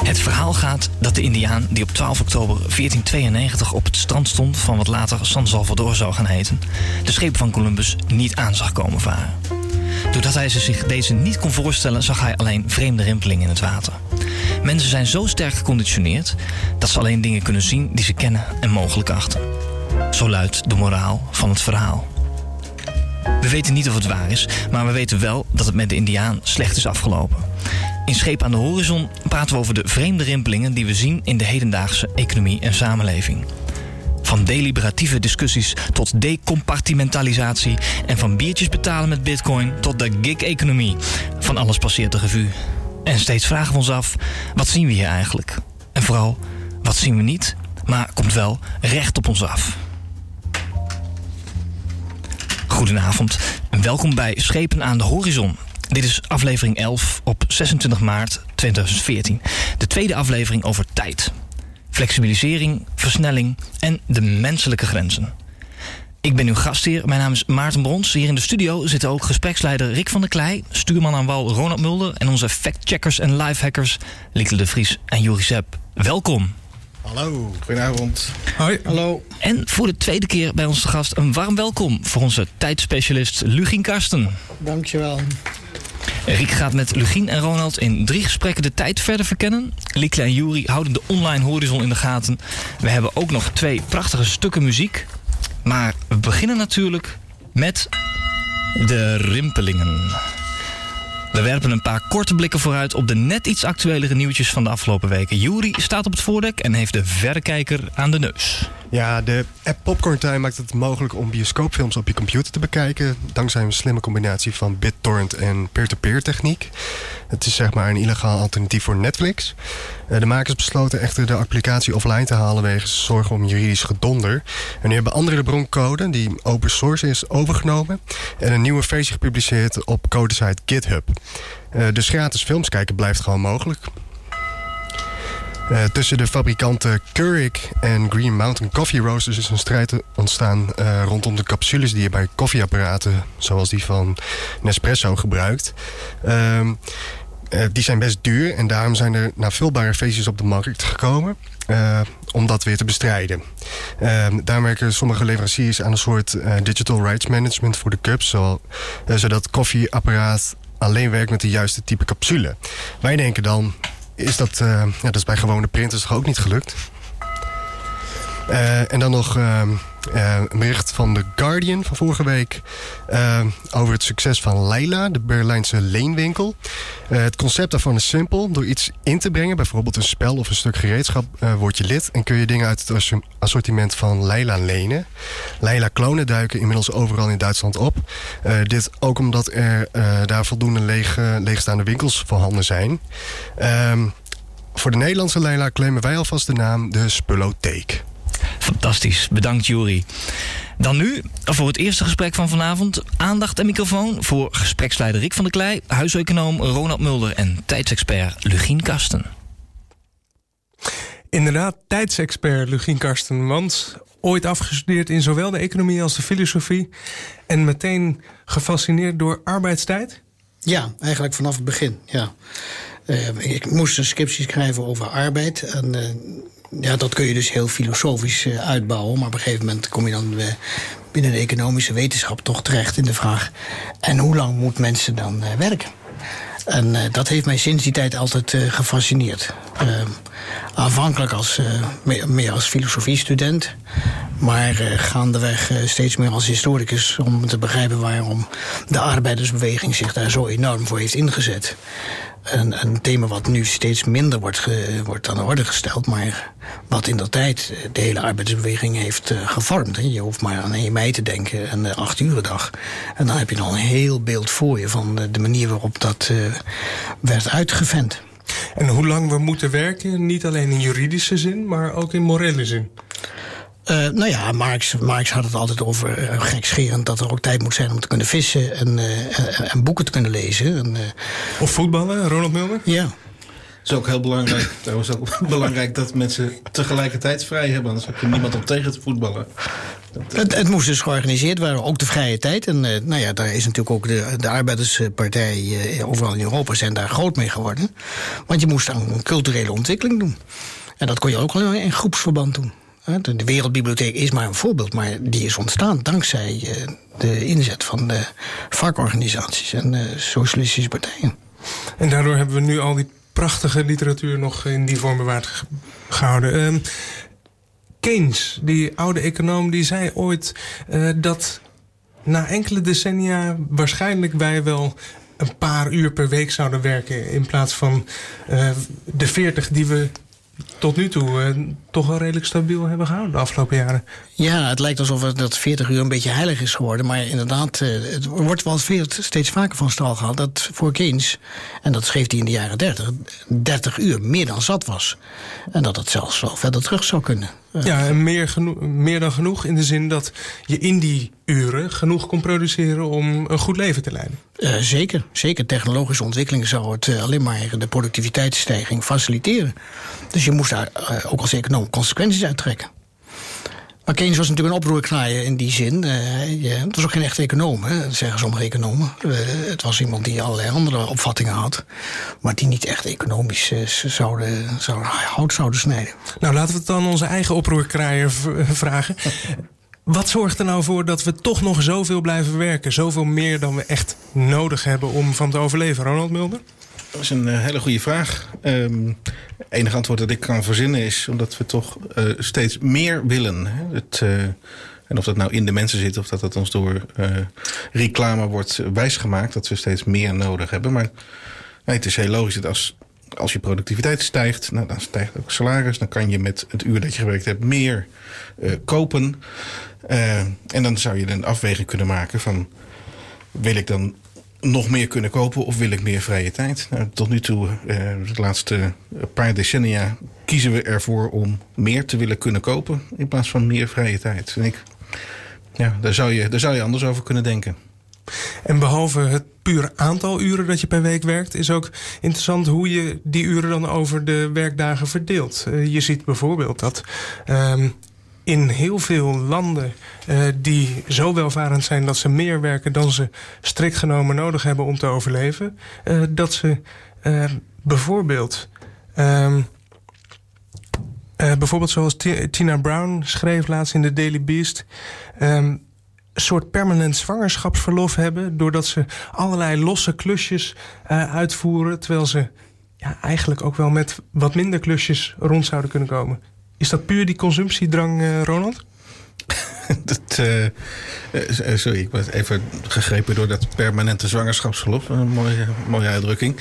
Het verhaal gaat dat de Indiaan die op 12 oktober 1492 op het strand stond van wat later San Salvador zou gaan heten, de schepen van Columbus niet aan zag komen varen. Doordat hij zich deze niet kon voorstellen, zag hij alleen vreemde rimpelingen in het water. Mensen zijn zo sterk geconditioneerd dat ze alleen dingen kunnen zien die ze kennen en mogelijk achten. Zo luidt de moraal van het verhaal. We weten niet of het waar is, maar we weten wel dat het met de Indiaan slecht is afgelopen. In Scheep aan de Horizon praten we over de vreemde rimpelingen die we zien in de hedendaagse economie en samenleving. Van deliberatieve discussies tot decompartimentalisatie en van biertjes betalen met bitcoin tot de gig-economie. Van alles passeert de revue. En steeds vragen we ons af, wat zien we hier eigenlijk? En vooral, wat zien we niet, maar komt wel recht op ons af. Goedenavond en welkom bij Schepen aan de Horizon. Dit is aflevering 11 op 26 maart 2014. De tweede aflevering over tijd. Flexibilisering, versnelling en de menselijke grenzen. Ik ben uw gastheer, mijn naam is Maarten Brons. Hier in de studio zitten ook gespreksleider Rick van der Klei, stuurman aan wal Ronald Mulder en onze factcheckers en lifehackers Lieke de Vries en Juri Sepp. Welkom. Hallo, goedenavond. Hoi. Hallo. En voor de tweede keer bij onze gast een warm welkom voor onze tijdspecialist Lugien Karsten. Dankjewel. Rick gaat met Lugien en Ronald in 3 gesprekken de tijd verder verkennen. Lieke en Juri houden de online horizon in de gaten. We hebben ook nog 2 prachtige stukken muziek. Maar we beginnen natuurlijk met de rimpelingen. We werpen een paar korte blikken vooruit op de net iets actuelere nieuwtjes van de afgelopen weken. Juri staat op het voordek en heeft de verrekijker aan de neus. Ja, de app Popcorn Time maakt het mogelijk om bioscoopfilms op je computer te bekijken, dankzij een slimme combinatie van BitTorrent en peer-to-peer techniek. Het is zeg maar een illegaal alternatief voor Netflix. De makers besloten echter de applicatie offline te halen wegens zorgen om juridisch gedonder. En nu hebben anderen de broncode, die open source is, overgenomen en een nieuwe versie gepubliceerd op codesite GitHub. Dus gratis films kijken blijft gewoon mogelijk. Tussen de fabrikanten Keurig en Green Mountain Coffee Roasters is een strijd ontstaan rondom de capsules die je bij koffieapparaten zoals die van Nespresso gebruikt. Die zijn best duur en daarom zijn er navulbare versies op de markt gekomen om dat weer te bestrijden. Daar werken sommige leveranciers aan een soort digital rights management voor de cups, zodat koffieapparaat alleen werkt met de juiste type capsule. Wij denken dan, dat is bij gewone printers toch ook niet gelukt. En dan nog een bericht van The Guardian van vorige week over het succes van Leila, de Berlijnse leenwinkel. Het concept daarvan is simpel. Door iets in te brengen, bijvoorbeeld een spel of een stuk gereedschap, word je lid en kun je dingen uit het assortiment van Leila lenen. Leila-klonen duiken inmiddels overal in Duitsland op. Dit ook omdat er daar voldoende leegstaande winkels voorhanden zijn. Voor de Nederlandse Leila claimen wij alvast de naam de Spullotheek. Fantastisch, bedankt Juri. Dan nu, voor het eerste gesprek van vanavond, aandacht en microfoon voor gespreksleider Rick van der Klei, huiseconoom Ronald Mulder en tijdsexpert Lugien Karsten. Inderdaad, tijdsexpert Lugien Karsten, want ooit afgestudeerd in zowel de economie als de filosofie en meteen gefascineerd door arbeidstijd? Ja, eigenlijk vanaf het begin, ja. Ik moest een scriptie schrijven over arbeid en dat kun je dus heel filosofisch uitbouwen. Maar op een gegeven moment kom je dan binnen de economische wetenschap toch terecht in de vraag: en hoe lang moet mensen dan werken? En dat heeft mij sinds die tijd altijd gefascineerd. Aanvankelijk meer als filosofiestudent, maar gaandeweg steeds meer als historicus, om te begrijpen waarom de arbeidersbeweging zich daar zo enorm voor heeft ingezet. Een thema wat nu steeds minder wordt aan de orde gesteld, maar wat in dat tijd de hele arbeidersbeweging heeft gevormd. Je hoeft maar aan 1 mei te denken en de 8-urendag. En dan heb je al een heel beeld voor je van de manier waarop dat werd uitgevent. En hoe lang we moeten werken, niet alleen in juridische zin, maar ook in morele zin? Marx had het altijd over, gekscherend, dat er ook tijd moet zijn om te kunnen vissen en boeken te kunnen lezen. Of voetballen, Ronald Mulder? Ja. Het is ook heel belangrijk, trouwens ook belangrijk dat mensen tegelijkertijd vrij hebben. Anders heb je niemand om tegen te voetballen. Het moest dus georganiseerd worden, ook de vrije tijd. En daar is natuurlijk ook de Arbeiderspartij overal in Europa zijn daar groot mee geworden. Want je moest aan een culturele ontwikkeling doen. En dat kon je ook wel in groepsverband doen. De Wereldbibliotheek is maar een voorbeeld, maar die is ontstaan dankzij de inzet van de vakorganisaties en de socialistische partijen. En daardoor hebben we nu al die prachtige literatuur nog in die vorm bewaard gehouden. Keynes, die oude econoom, die zei ooit dat na enkele decennia waarschijnlijk wij wel een paar uur per week zouden werken in plaats van de 40 die we tot nu toe toch wel redelijk stabiel hebben gehouden de afgelopen jaren. Ja, het lijkt alsof dat 40 uur een beetje heilig is geworden. Maar inderdaad, het wordt wel steeds vaker van stal gehaald dat voor Keynes, en dat schreef hij in de jaren 30 uur meer dan zat was. En dat het zelfs wel verder terug zou kunnen. Ja, en meer dan genoeg in de zin dat je in die uren genoeg kon produceren om een goed leven te leiden. Zeker. Technologische ontwikkeling zou het alleen maar de productiviteitsstijging faciliteren. Dus je moest daar ook als econoom consequenties uit trekken. Maar Keynes was natuurlijk een oproerknaaier in die zin. Het was ook geen echte econoom, dat zeggen sommige economen. Het was iemand die allerlei andere opvattingen had, maar die niet echt economisch hout zouden snijden. Nou, laten we het dan onze eigen oproerkraaier vragen. Wat zorgt er nou voor dat we toch nog zoveel blijven werken? Zoveel meer dan we echt nodig hebben om van te overleven, Ronald Mulder? Dat is een hele goede vraag. Enige antwoord dat ik kan verzinnen is omdat we toch steeds meer willen. En of dat nou in de mensen zit of dat ons door reclame wordt wijsgemaakt, dat we steeds meer nodig hebben. Maar het is heel logisch dat als je productiviteit stijgt, dan stijgt ook salaris. Dan kan je met het uur dat je gewerkt hebt meer kopen. En dan zou je een afweging kunnen maken van, wil ik dan nog meer kunnen kopen of wil ik meer vrije tijd? Nou, tot nu toe, de laatste paar decennia, kiezen we ervoor om meer te willen kunnen kopen in plaats van meer vrije tijd. En daar zou je anders over kunnen denken. En behalve het pure aantal uren dat je per week werkt, is ook interessant hoe je die uren dan over de werkdagen verdeelt. Je ziet bijvoorbeeld dat in heel veel landen die zo welvarend zijn dat ze meer werken dan ze strikt genomen nodig hebben om te overleven, dat ze bijvoorbeeld zoals Tina Brown schreef laatst in de Daily Beast, een soort permanent zwangerschapsverlof hebben, doordat ze allerlei losse klusjes uitvoeren, terwijl ze eigenlijk ook wel met wat minder klusjes rond zouden kunnen komen. Is dat puur die consumptiedrang, Ronald? Sorry, ik ben even gegrepen door dat permanente zwangerschapsverlof. Een mooie uitdrukking.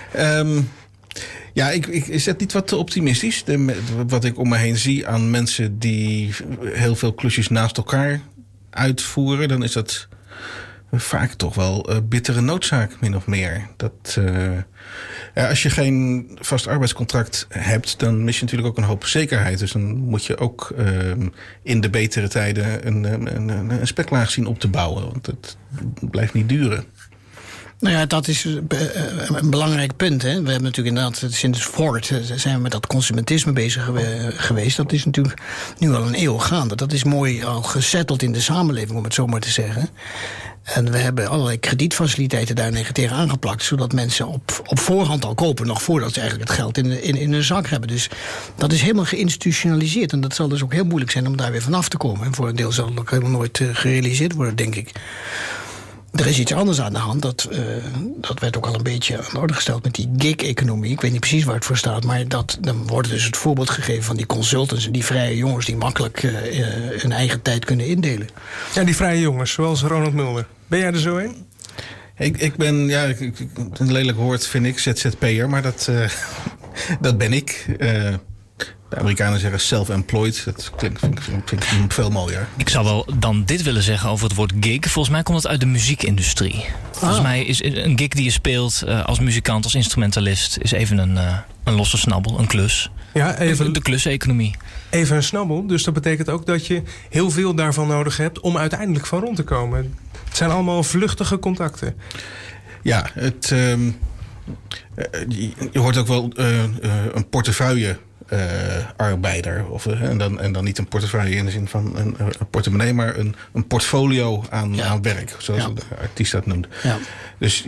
Ik zet niet wat te optimistisch. Wat ik om me heen zie aan mensen die heel veel klusjes naast elkaar uitvoeren, dan is dat vaak toch wel bittere noodzaak, min of meer. Als je geen vast arbeidscontract hebt, dan mis je natuurlijk ook een hoop zekerheid. Dus dan moet je ook in de betere tijden een speklaag zien op te bouwen. Want het blijft niet duren. Nou ja, dat is een belangrijk punt. Hè. We hebben natuurlijk inderdaad sinds Ford zijn we met dat consumentisme bezig geweest. Dat is natuurlijk nu al een eeuw gaande. Dat is mooi al gesetteld in de samenleving, om het zo maar te zeggen. En we hebben allerlei kredietfaciliteiten daar tegen aangeplakt, zodat mensen op voorhand al kopen, nog voordat ze eigenlijk het geld in hun zak hebben. Dus dat is helemaal geïnstitutionaliseerd. En dat zal dus ook heel moeilijk zijn om daar weer vanaf te komen. En voor een deel zal het ook helemaal nooit gerealiseerd worden, denk ik. Er is iets anders aan de hand. Dat werd ook al een beetje aan de orde gesteld met die gig-economie. Ik weet niet precies waar het voor staat, maar dan wordt dus het voorbeeld gegeven van die consultants en die vrije jongens die makkelijk hun eigen tijd kunnen indelen. Ja, die vrije jongens, zoals Ronald Mulder. Ben jij er zo een? Ik ben, een lelijk woord vind ik, ZZP'er, maar dat ben ik. De Amerikanen zeggen self-employed. Dat vind ik veel mooier. Ik zou wel dan dit willen zeggen over het woord gig. Volgens mij komt het uit de muziekindustrie. Volgens mij is een gig die je speelt als muzikant, als instrumentalist, is even een losse snabbel, een klus. Ja, even de kluseconomie. Even een snabbel. Dus dat betekent ook dat je heel veel daarvan nodig hebt om uiteindelijk van rond te komen. Het zijn allemaal vluchtige contacten. Ja, je hoort ook wel een portefeuille arbeider. En dan niet een portefeuille in de zin van een portemonnee, maar een portfolio aan werk. Zoals de artiest dat noemt. Ja. Dus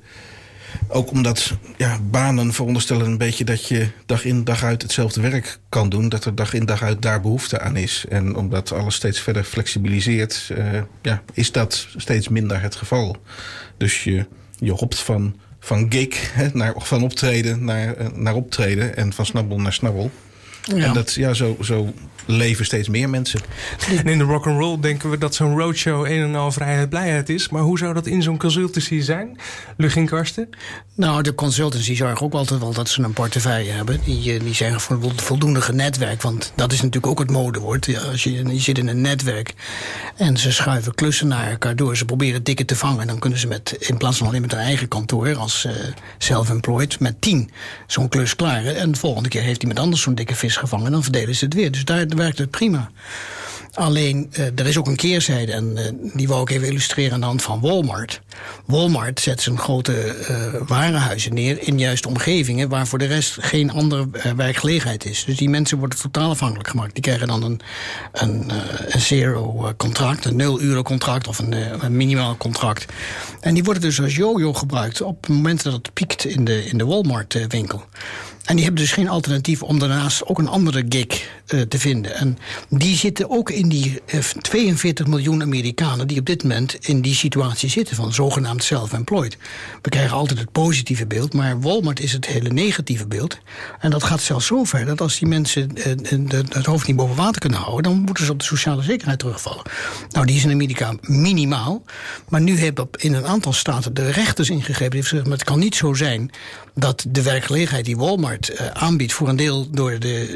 ook omdat banen veronderstellen een beetje dat je dag in dag uit hetzelfde werk kan doen. Dat er dag in dag uit daar behoefte aan is. En omdat alles steeds verder flexibiliseert, is dat steeds minder het geval. Dus je hopt van gig, van optreden naar optreden en van snabbel naar snabbel. Ja. En dat, zo leven steeds meer mensen. En in de rock'n'roll denken we dat zo'n roadshow een en al vrijheid, blijheid is. Maar hoe zou dat in zo'n consultancy zijn? Lugin Karsten? Nou, de consultancy zorgen ook altijd wel dat ze een portefeuille hebben. Die zijn voldoende genetwerk. Want dat is natuurlijk ook het modewoord. Je zit in een netwerk en ze schuiven klussen naar elkaar door. Ze proberen dikke te vangen. Dan kunnen ze in plaats van alleen met hun eigen kantoor als self-employed met 10 zo'n klus klaren. En de volgende keer heeft iemand anders zo'n dikke vis gevangen. Dan verdelen ze het weer. Dus daar werkt het prima. Alleen, er is ook een keerzijde en die wou ik even illustreren aan de hand van Walmart. Walmart zet zijn grote warenhuizen neer in juist omgevingen waar voor de rest geen andere werkgelegenheid is. Dus die mensen worden totaal afhankelijk gemaakt. Die krijgen dan een zero contract, een 0 uren contract of een minimaal contract. En die worden dus als yo-yo gebruikt op momenten dat het piekt in de Walmart winkel. En die hebben dus geen alternatief om daarnaast ook een andere gig te vinden. En die zitten ook in die 42 miljoen Amerikanen die op dit moment in die situatie zitten van zogenaamd self-employed. We krijgen altijd het positieve beeld, maar Walmart is het hele negatieve beeld. En dat gaat zelfs zo ver dat als die mensen het hoofd niet boven water kunnen houden, dan moeten ze op de sociale zekerheid terugvallen. Nou, die is in Amerika minimaal. Maar nu hebben in een aantal staten de rechters ingegrepen. Die hebben gezegd, maar het kan niet zo zijn dat de werkgelegenheid die Walmart aanbiedt voor een deel door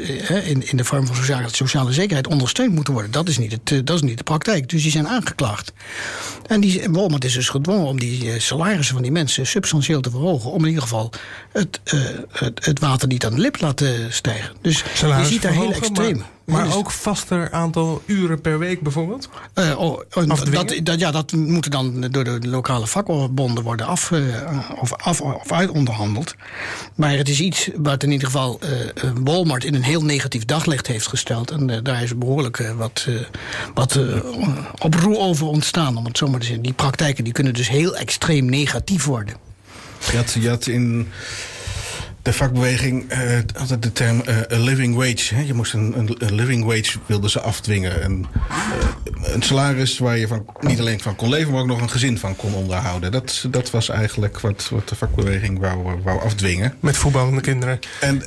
in de vorm van sociale zekerheid ondersteund moeten worden. Dat is niet de praktijk. Dus die zijn aangeklaagd. En Walmart is dus gedwongen om die salarissen van die mensen substantieel te verhogen. Om in ieder geval het water niet aan de lip laten stijgen. Dus je ziet daar heel extreem. Maar ook vaster aantal uren per week bijvoorbeeld? Dat moet dan door de lokale vakbonden worden uit onderhandeld. Maar het is iets wat in ieder geval Walmart in een heel negatief daglicht heeft gesteld. En daar is behoorlijk wat oproer over ontstaan, om het zo maar te zeggen. Die praktijken die kunnen dus heel extreem negatief worden. Je had in de vakbeweging altijd de term a living wage. Hè? Je moest een living wage wilden ze afdwingen. Een salaris waar je niet alleen van kon leven, maar ook nog een gezin van kon onderhouden. Dat was eigenlijk wat de vakbeweging wou afdwingen. Met voetballende kinderen. En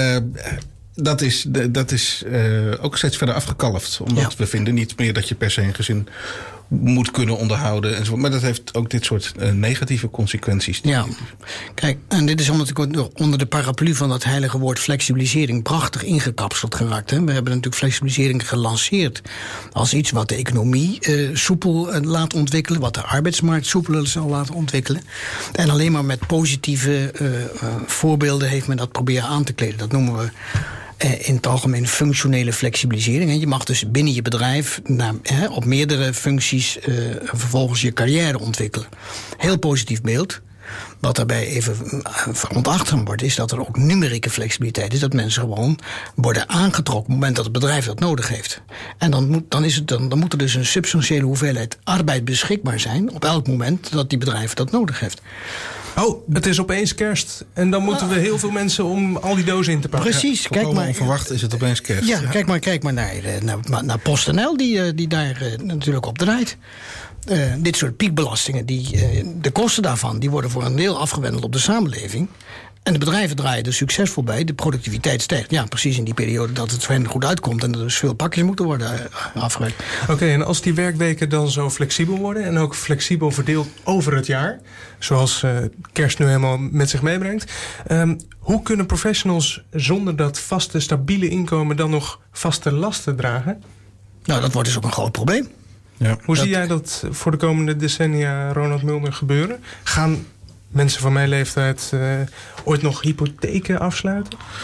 dat is ook steeds verder afgekalfd. Omdat we vinden niet meer dat je per se een gezin moet kunnen onderhouden enzovoort. Maar dat heeft ook dit soort negatieve consequenties. Ja, kijk, en dit is omdat ik onder de paraplu van dat heilige woord flexibilisering prachtig ingekapseld geraakt. Hè. We hebben natuurlijk flexibilisering gelanceerd als iets wat de economie soepel laat ontwikkelen, wat de arbeidsmarkt soepel zal laten ontwikkelen. En alleen maar met positieve voorbeelden heeft men dat proberen aan te kleden. Dat noemen we in het algemeen functionele flexibilisering. Je mag dus binnen je bedrijf op meerdere functies vervolgens je carrière ontwikkelen. Heel positief beeld. Wat daarbij even veronachtzaamd wordt, is dat er ook numerieke flexibiliteit is. Dat mensen gewoon worden aangetrokken op het moment dat het bedrijf dat nodig heeft. En dan moet er dus een substantiële hoeveelheid arbeid beschikbaar zijn op elk moment dat die bedrijf dat nodig heeft. Oh, het is opeens kerst. En dan moeten we heel veel mensen om al die dozen in te pakken. Precies. Kijk maar, onverwacht is het opeens kerst. Ja, kijk maar naar PostNL die daar natuurlijk op draait. Dit soort piekbelastingen, de kosten daarvan, die worden voor een deel afgewendeld op de samenleving. En de bedrijven draaien er succesvol bij. De productiviteit stijgt. Ja, precies in die periode dat het voor hen goed uitkomt. En er dus veel pakjes moeten worden afgewerkt. Oké, en als die werkweken dan zo flexibel worden en ook flexibel verdeeld over het jaar, zoals kerst nu helemaal met zich meebrengt, hoe kunnen professionals zonder dat vaste, stabiele inkomen dan nog vaste lasten dragen? Nou, dat wordt dus ook een groot probleem. Ja, Hoe zie jij dat voor de komende decennia, Ronald Mulder, gebeuren? Gaan mensen van mijn leeftijd ooit nog hypotheken afsluiten?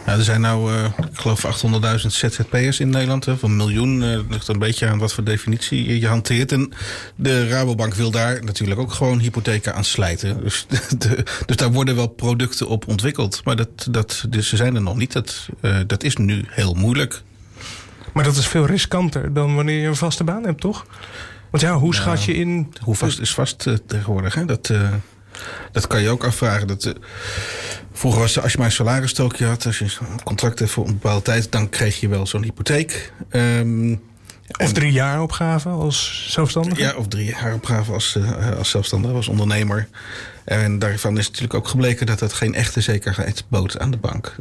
Ja, er zijn nou, ik geloof 800.000 ZZP'ers in Nederland. Of 1 miljoen. Ligt een beetje aan wat voor definitie je hanteert. En de Rabobank wil daar natuurlijk ook gewoon hypotheken aan slijten. Dus daar worden wel producten op ontwikkeld. Maar dus ze zijn er nog niet. Dat is nu heel moeilijk. Maar dat is veel riskanter dan wanneer je een vaste baan hebt, toch? Want ja, hoe schat je in... Hoe vast is vast tegenwoordig, hè? Dat kan je ook afvragen. Vroeger was het, als je maar een salarisstrookje had, als je een contract hebt voor een bepaalde tijd, dan kreeg je wel zo'n hypotheek. Of 3 jaar opgave als zelfstandige? Ja, of 3 jaar opgave als zelfstandige, als ondernemer. En daarvan is natuurlijk ook gebleken dat dat geen echte zekerheid bood aan de bank.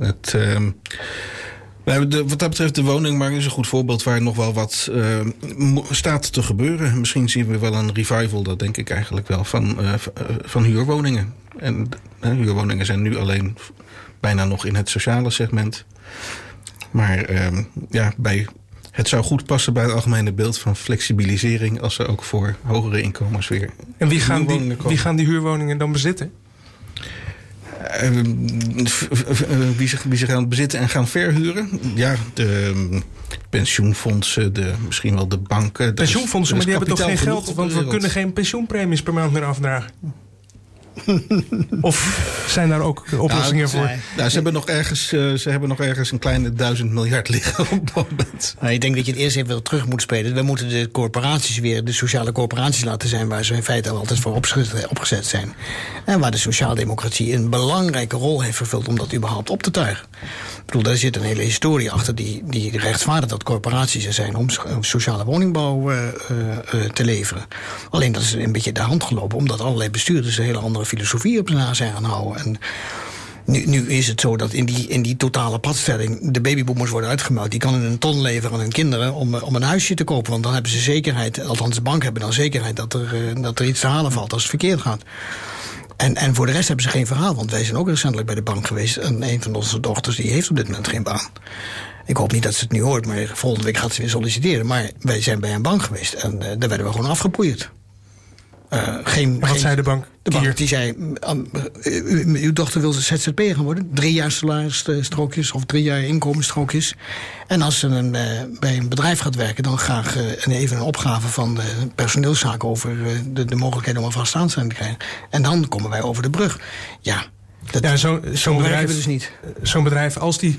Wat dat betreft, de woningmarkt is een goed voorbeeld waar nog wel wat staat te gebeuren. Misschien zien we wel een revival, dat denk ik eigenlijk wel, van huurwoningen. En huurwoningen zijn nu alleen bijna nog in het sociale segment. Maar het zou goed passen bij het algemene beeld van flexibilisering als er ook voor hogere inkomens weer. En wie gaan die huurwoningen dan bezitten? Wie zich gaan bezitten en gaan verhuren. Ja, de pensioenfondsen, misschien wel de banken. Pensioenfondsen, maar die hebben toch geen geld? Want we kunnen geen pensioenpremies per maand meer afdragen. Of zijn daar ook oplossingen voor? Nou, ze hebben nog ergens een kleine 1000 miljard liggen op het moment. Nou, ik denk dat je het eerst even terug moet spelen. We moeten de corporaties weer de sociale corporaties laten zijn waar ze in feite al altijd voor opgezet zijn. En waar de sociaaldemocratie een belangrijke rol heeft vervuld om dat überhaupt op te tuigen. Ik bedoel, daar zit een hele historie achter die rechtvaardigt dat corporaties er zijn om sociale woningbouw te leveren. Alleen dat is een beetje de hand gelopen, omdat allerlei bestuurders een hele andere filosofie op na zijn gaan houden. En nu is het zo dat in die totale padstelling de babyboomers worden uitgemeld. Die kan een ton leveren aan hun kinderen om een huisje te kopen. Want dan hebben ze zekerheid, althans de bank hebben dan zekerheid dat er iets te halen valt als het verkeerd gaat. En voor de rest hebben ze geen verhaal. Want wij zijn ook recentelijk bij de bank geweest. En een van onze dochters die heeft op dit moment geen baan. Ik hoop niet dat ze het nu hoort, maar volgende week gaat ze weer solliciteren. Maar wij zijn bij een bank geweest en daar werden we gewoon afgepoeierd. Wat zei de bank? De bank die zei, uw dochter wil ZZP'er gaan worden. 3 jaar salarisstrookjes of 3 jaar inkomensstrookjes. En als ze bij een bedrijf gaat werken, dan graag even een opgave van de personeelszaken over de mogelijkheid om een vast aanstelling te krijgen. En dan komen wij over de brug. Ja. Zo'n bedrijf, dus niet. Zo'n bedrijf, als die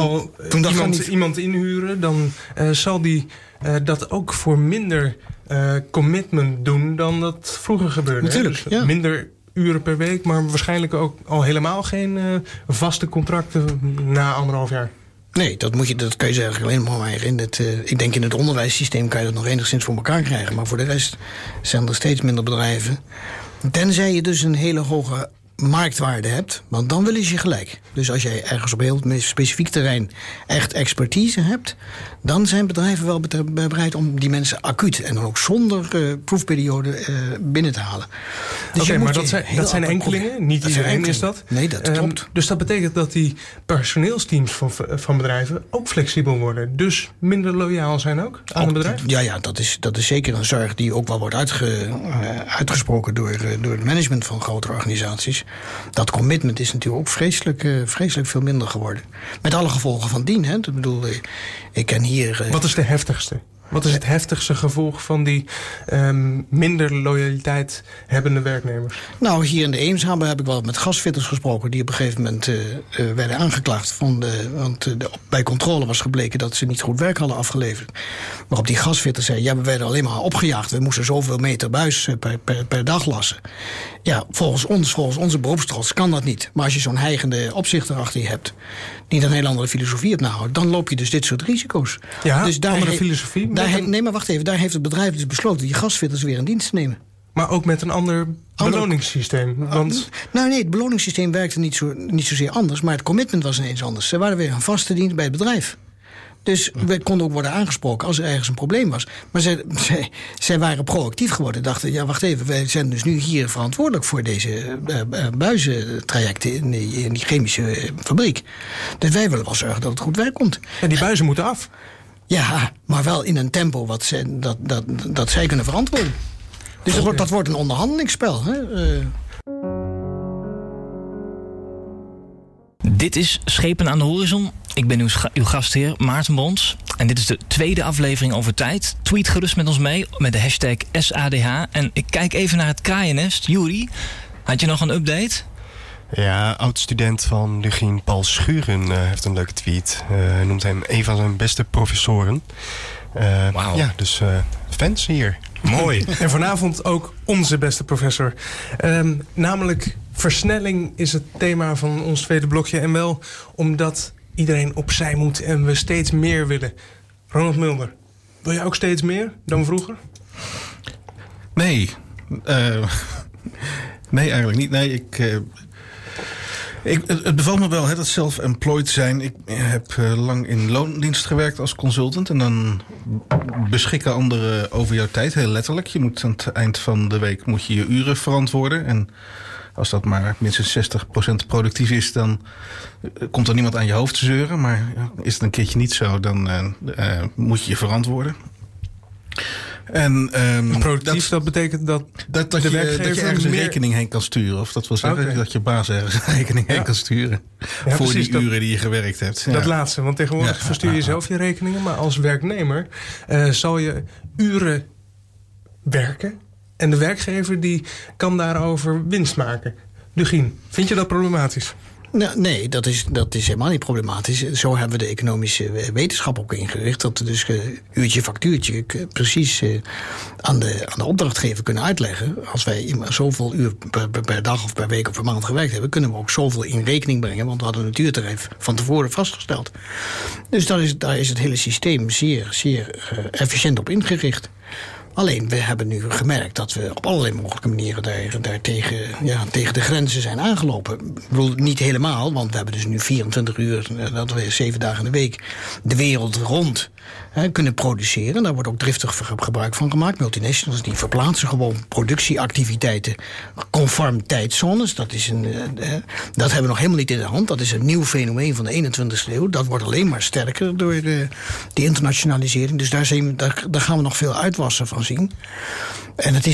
iemand inhuren, dan zal die dat ook voor minder commitment doen dan dat vroeger gebeurde. Natuurlijk, dus minder uren per week, maar waarschijnlijk ook al helemaal geen vaste contracten na 1,5 jaar. Nee, dat kan je zeggen alleen maar ik denk in het onderwijssysteem kan je dat nog enigszins voor elkaar krijgen. Maar voor de rest zijn er steeds minder bedrijven. Tenzij je dus een hele hoge marktwaarde hebt, want dan wil je gelijk. Dus als jij ergens op een heel specifiek terrein echt expertise hebt, dan zijn bedrijven wel bereid om die mensen acuut en dan ook zonder proefperiode binnen te halen. Dus Oké, maar dat zijn enkelingen, niet iedereen is dat. Nee, dat klopt. Dus dat betekent dat die personeelsteams van bedrijven ook flexibel worden. Dus minder loyaal zijn ook aan het bedrijf? Ja, dat is zeker een zorg die ook wel wordt uitgesproken door het management van grotere organisaties. Dat commitment is natuurlijk ook vreselijk veel minder geworden. Met alle gevolgen van dien. Hè? Ik bedoel, ik ken hier... Wat is de heftigste? Wat is het heftigste gevolg van die minder loyaliteit hebbende werknemers? Nou, hier in de Eemshaven heb ik wel met gasfitters gesproken die op een gegeven moment werden aangeklaagd. Want bij controle was gebleken dat ze niet goed werk hadden afgeleverd. Waarop die gasfitter zei, ja, we werden alleen maar opgejaagd. We moesten zoveel meter buis per dag lassen. Ja, volgens onze beroepstrots kan dat niet. Maar als je zo'n heigende opzichter achter je hebt, die een heel andere filosofie op nahoudt, dan loop je dus dit soort risico's. Ja, dus andere filosofie? Nee, maar wacht even. Daar heeft het bedrijf dus besloten die gasfitters weer in dienst te nemen. Maar ook met een ander beloningssysteem? Want... Nou nee, het beloningssysteem werkte niet zozeer anders, maar het commitment was ineens anders. Ze waren weer een vaste dienst bij het bedrijf. Dus we konden ook worden aangesproken als er ergens een probleem was. Maar zij waren proactief geworden. Dachten, ja, wacht even, wij zijn dus nu hier verantwoordelijk voor deze buizentrajecten in die chemische fabriek. Dus wij willen wel zorgen dat het goed werk komt. En die buizen moeten af. Ja, maar wel in een tempo dat zij kunnen verantwoorden. Dus dat wordt een onderhandelingsspel. Hè? Dit is Schepen aan de Horizon. Ik ben uw gastheer Maarten Brons. En dit is de tweede aflevering over tijd. Tweet gerust met ons mee met de hashtag SADH. En ik kijk even naar het kraaiennest. Juri, had je nog een update? Ja, oud-student van Lugien, Paul Schuren, heeft een leuke tweet. Hij noemt hem een van zijn beste professoren. Wauw. Ja, dus fans hier. Mooi. En vanavond ook onze beste professor. Namelijk versnelling is het thema van ons tweede blokje. En wel omdat iedereen opzij moet en we steeds meer willen. Ronald Mulder, wil jij ook steeds meer dan vroeger? Nee. Nee, eigenlijk niet. Nee, het bevalt me wel, dat self-employed zijn. Ik heb lang in loondienst gewerkt als consultant. En dan beschikken anderen over jouw tijd, heel letterlijk. Je moet aan het eind van de week je uren verantwoorden. En als dat maar minstens 60% productief is, dan komt er niemand aan je hoofd te zeuren. Maar is het een keertje niet zo, dan moet je je verantwoorden. En productief, dat betekent dat je ergens een rekening heen kan sturen. Of dat wil zeggen dat je baas ergens een rekening heen kan sturen. Ja, voor precies, die uren die je gewerkt hebt. Dat laatste, want tegenwoordig verstuur je zelf je rekeningen. Maar als werknemer zal je uren werken. En de werkgever die kan daarover winst maken. Lugien, vind je dat problematisch? Nee, dat is helemaal niet problematisch. Zo hebben we de economische wetenschap ook ingericht. Dat we dus uurtje factuurtje precies aan de opdrachtgever kunnen uitleggen. Als wij zoveel uur per dag of per week of per maand gewerkt hebben, kunnen we ook zoveel in rekening brengen. Want we hadden het uurtarief van tevoren vastgesteld. Dus daar is het hele systeem zeer efficiënt op ingericht. Alleen, we hebben nu gemerkt dat we op allerlei mogelijke manieren daar tegen de grenzen zijn aangelopen. Ik bedoel, niet helemaal, want we hebben dus nu 24 uur, dat we 7 dagen in de week, de wereld rond kunnen produceren. Daar wordt ook driftig gebruik van gemaakt. Multinationals die verplaatsen gewoon productieactiviteiten conform tijdzones. Dat hebben we nog helemaal niet in de hand. Dat is een nieuw fenomeen van de 21ste eeuw. Dat wordt alleen maar sterker door die internationalisering. Dus daar gaan we nog veel uitwassen van zien. En het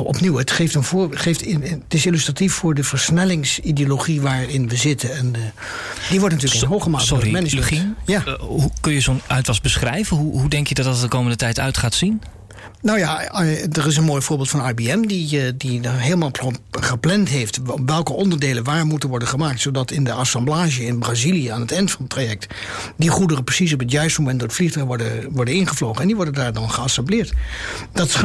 is illustratief voor de versnellingsideologie waarin we zitten. En die wordt natuurlijk in hoge mate door het management. Lugien, hoe kun je zo'n uitwas beschrijven? Hoe denk je dat dat de komende tijd uit gaat zien? Nou ja, er is een mooi voorbeeld van IBM die helemaal gepland heeft welke onderdelen waar moeten worden gemaakt, zodat in de assemblage in Brazilië aan het eind van het traject die goederen precies op het juiste moment door het vliegtuig worden ingevlogen en die worden daar dan geassembleerd. Dat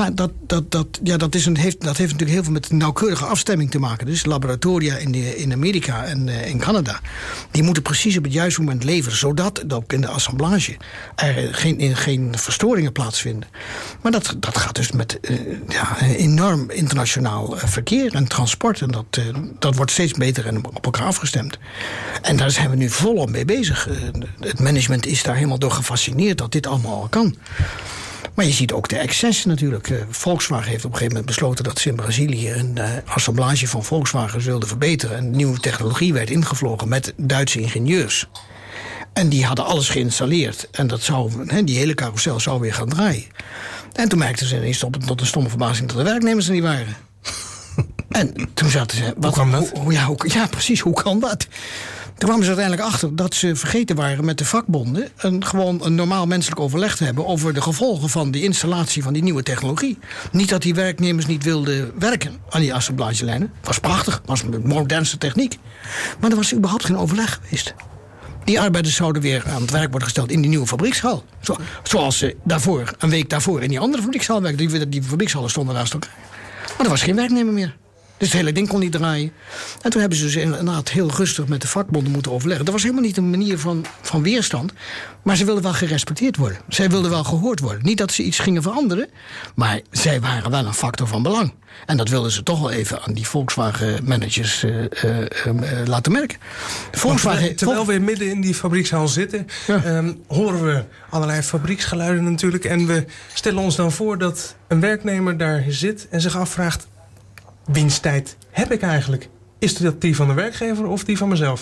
heeft natuurlijk heel veel met nauwkeurige afstemming te maken. Dus laboratoria in Amerika en in Canada, die moeten precies op het juiste moment leveren, zodat ook in de assemblage er geen verstoringen plaatsvinden. Maar dat gaat dus met enorm internationaal verkeer en transport. En dat wordt steeds beter en op elkaar afgestemd. En daar zijn we nu volop mee bezig. Het management is daar helemaal door gefascineerd dat dit allemaal al kan. Maar je ziet ook de excessen natuurlijk. Volkswagen heeft op een gegeven moment besloten dat ze in Brazilië een assemblage van Volkswagen wilden verbeteren. En nieuwe technologie werd ingevlogen met Duitse ingenieurs. En die hadden alles geïnstalleerd. En die hele carousel zou weer gaan draaien. En toen merkten ze ineens tot een stomme verbazing dat de werknemers er niet waren. En toen zaten ze... Hoe kwam dat? Ja, precies, hoe kan dat? Toen kwamen ze uiteindelijk achter dat ze vergeten waren met de vakbonden gewoon een normaal menselijk overleg te hebben over de gevolgen van die installatie van die nieuwe technologie. Niet dat die werknemers niet wilden werken aan die assemblagelijnen. Het was prachtig, het was een modernste techniek. Maar er was überhaupt geen overleg geweest. Die arbeiders zouden weer aan het werk worden gesteld in die nieuwe fabriekshal. Zoals ze een week daarvoor in die andere fabriekshal werkten. Die fabriekshallen stonden naast elkaar. Maar er was geen werknemer meer. Dus het hele ding kon niet draaien. En toen hebben ze dus inderdaad heel rustig met de vakbonden moeten overleggen. Dat was helemaal niet een manier van weerstand. Maar ze wilden wel gerespecteerd worden. Zij wilden wel gehoord worden. Niet dat ze iets gingen veranderen. Maar zij waren wel een factor van belang. En dat wilden ze toch wel even aan die Volkswagen-managers laten merken. Terwijl we midden in die fabriekshal zitten, horen we allerlei fabrieksgeluiden natuurlijk. En we stellen ons dan voor dat een werknemer daar zit en zich afvraagt: winsttijd heb ik eigenlijk? Is dat die van de werkgever of die van mezelf?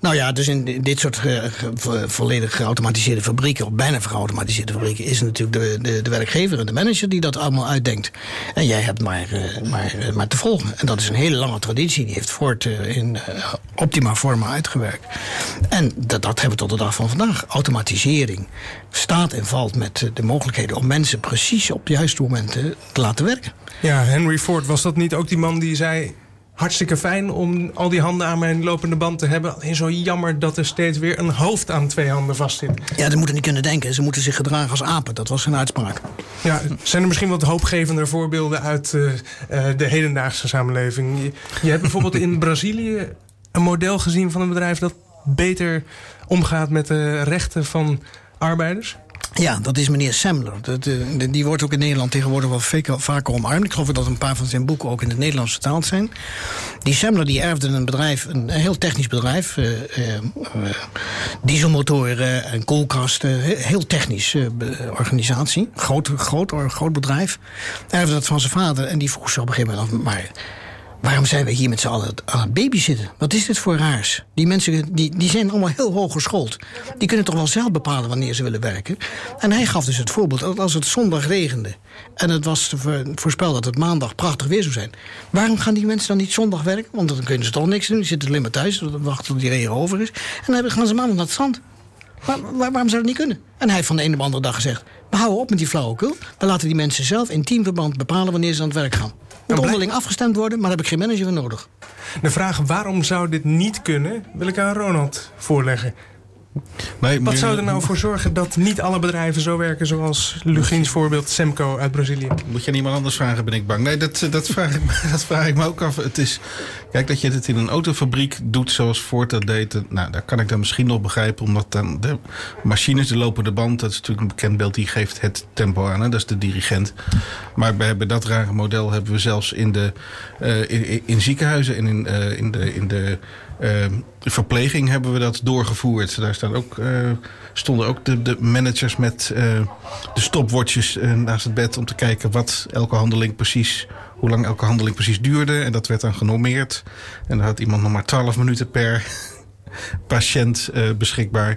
Nou ja, dus in dit soort volledig geautomatiseerde fabrieken, of bijna geautomatiseerde fabrieken, is natuurlijk de werkgever en de manager die dat allemaal uitdenkt. En jij hebt maar te volgen. En dat is een hele lange traditie. Die heeft Ford in optima forma uitgewerkt. En dat hebben we tot de dag van vandaag. Automatisering staat en valt met de mogelijkheden om mensen precies op de juiste momenten te laten werken. Ja, Henry Ford, was dat niet ook die man die zei: hartstikke fijn om al die handen aan mijn lopende band te hebben. Alleen zo jammer dat er steeds weer een hoofd aan 2 handen vastzit. Ja, ze moeten niet kunnen denken. Ze moeten zich gedragen als apen. Dat was zijn uitspraak. Ja, zijn er misschien wat hoopgevender voorbeelden uit de hedendaagse samenleving? Je hebt bijvoorbeeld in Brazilië een model gezien van een bedrijf dat beter omgaat met de rechten van arbeiders. Ja, dat is meneer Semler. Die wordt ook in Nederland tegenwoordig wel vaker omarmd. Ik geloof dat een paar van zijn boeken ook in het Nederlands vertaald zijn. Die Semler die erfde een bedrijf, een heel technisch bedrijf. Dieselmotoren en koelkasten. Heel technisch organisatie. Groot bedrijf. Hij erfde dat van zijn vader en die vroeg ze op een gegeven moment af: maar waarom zijn we hier met z'n allen aan het babysitten? Wat is dit voor raars? Die mensen die zijn allemaal heel hoog geschoold. Die kunnen toch wel zelf bepalen wanneer ze willen werken. En hij gaf dus het voorbeeld dat als het zondag regende en het was voorspeld dat het maandag prachtig weer zou zijn, waarom gaan die mensen dan niet zondag werken? Want dan kunnen ze toch niks doen. Die zitten alleen maar thuis, wachten tot die regen over is. En dan gaan ze maandag naar het strand. Waarom zou dat niet kunnen? En hij heeft van de ene op de andere dag gezegd: we houden op met die flauwekul. We laten die mensen zelf in teamverband bepalen wanneer ze aan het werk gaan. Moet onderling afgestemd worden, maar daar heb ik geen manager voor nodig. De vraag waarom zou dit niet kunnen, wil ik aan Ronald voorleggen. Nee, wat zou er nou voor zorgen dat niet alle bedrijven zo werken zoals Lugiens voorbeeld Semco uit Brazilië? Moet je aan iemand anders vragen, ben ik bang. Nee, dat vraag ik me ook af. Het is, kijk, dat je het in een autofabriek doet zoals Ford dat deed. Nou, daar kan ik dan misschien nog begrijpen, omdat dan de machines, de lopende band, dat is natuurlijk een bekend beeld, die geeft het tempo aan. Hè? Dat is de dirigent. Maar bij dat rare model hebben we zelfs in ziekenhuizen en in de verpleging hebben we dat doorgevoerd. Daar stonden ook de managers met de stopwatches naast het bed om te kijken hoe lang elke handeling precies duurde. En dat werd dan genormeerd. En dan had iemand nog maar 12 minuten per patiënt beschikbaar.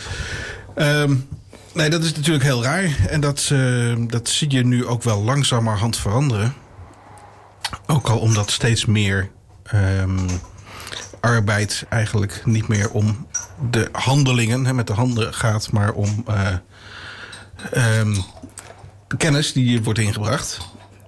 Nee, dat is natuurlijk heel raar. En dat zie je nu ook wel langzamerhand veranderen. Ook al omdat steeds meer arbeid eigenlijk niet meer om de handelingen, met de handen gaat, maar om kennis die wordt ingebracht.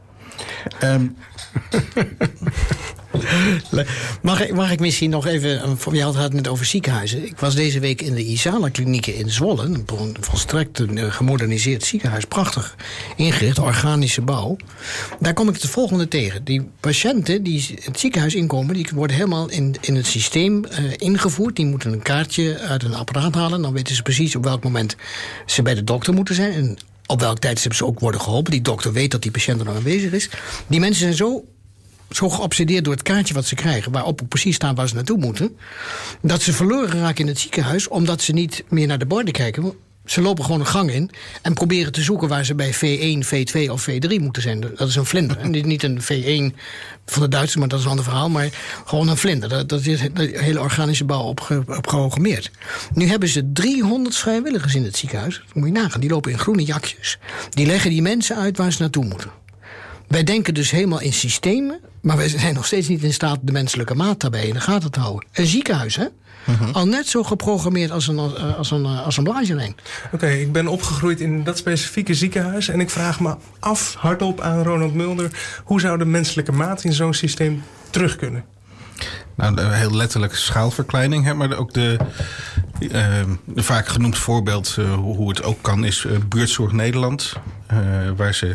Mag ik misschien nog even... Je had het net over ziekenhuizen. Ik was deze week in de Isala-klinieken in Zwolle. Een volstrekt gemoderniseerd ziekenhuis. Prachtig ingericht, organische bouw. Daar kom ik het volgende tegen. Die patiënten die het ziekenhuis inkomen, die worden helemaal in het systeem ingevoerd. Die moeten een kaartje uit een apparaat halen. Dan weten ze precies op welk moment ze bij de dokter moeten zijn. En op welk tijdstip ze ook worden geholpen. Die dokter weet dat die patiënt er nog aanwezig is. Die mensen zijn zo geobsedeerd door het kaartje wat ze krijgen, waarop ook precies staat waar ze naartoe moeten, dat ze verloren raken in het ziekenhuis, omdat ze niet meer naar de borden kijken. Ze lopen gewoon een gang in en proberen te zoeken waar ze bij V1, V2 of V3 moeten zijn. Dat is een vlinder. En niet een V1 van de Duitsers, maar dat is een ander verhaal. Maar gewoon een vlinder. Dat is de hele organische bouw op geprogrammeerd. Nu hebben ze 300 vrijwilligers in het ziekenhuis. Dat moet je nagaan. Die lopen in groene jakjes. Die leggen die mensen uit waar ze naartoe moeten. Wij denken dus helemaal in systemen, maar wij zijn nog steeds niet in staat de menselijke maat daarbij in de gaten te houden. Een ziekenhuis, hè? Uh-huh. Al net zo geprogrammeerd als een blagelijn. Oké, ik ben opgegroeid in dat specifieke ziekenhuis en ik vraag me af, hardop aan Ronald Mulder, hoe zou de menselijke maat in zo'n systeem terug kunnen? Nou, heel letterlijk schaalverkleining, hè, maar ook de vaak genoemd voorbeeld hoe het ook kan is Buurtzorg Nederland, waar ze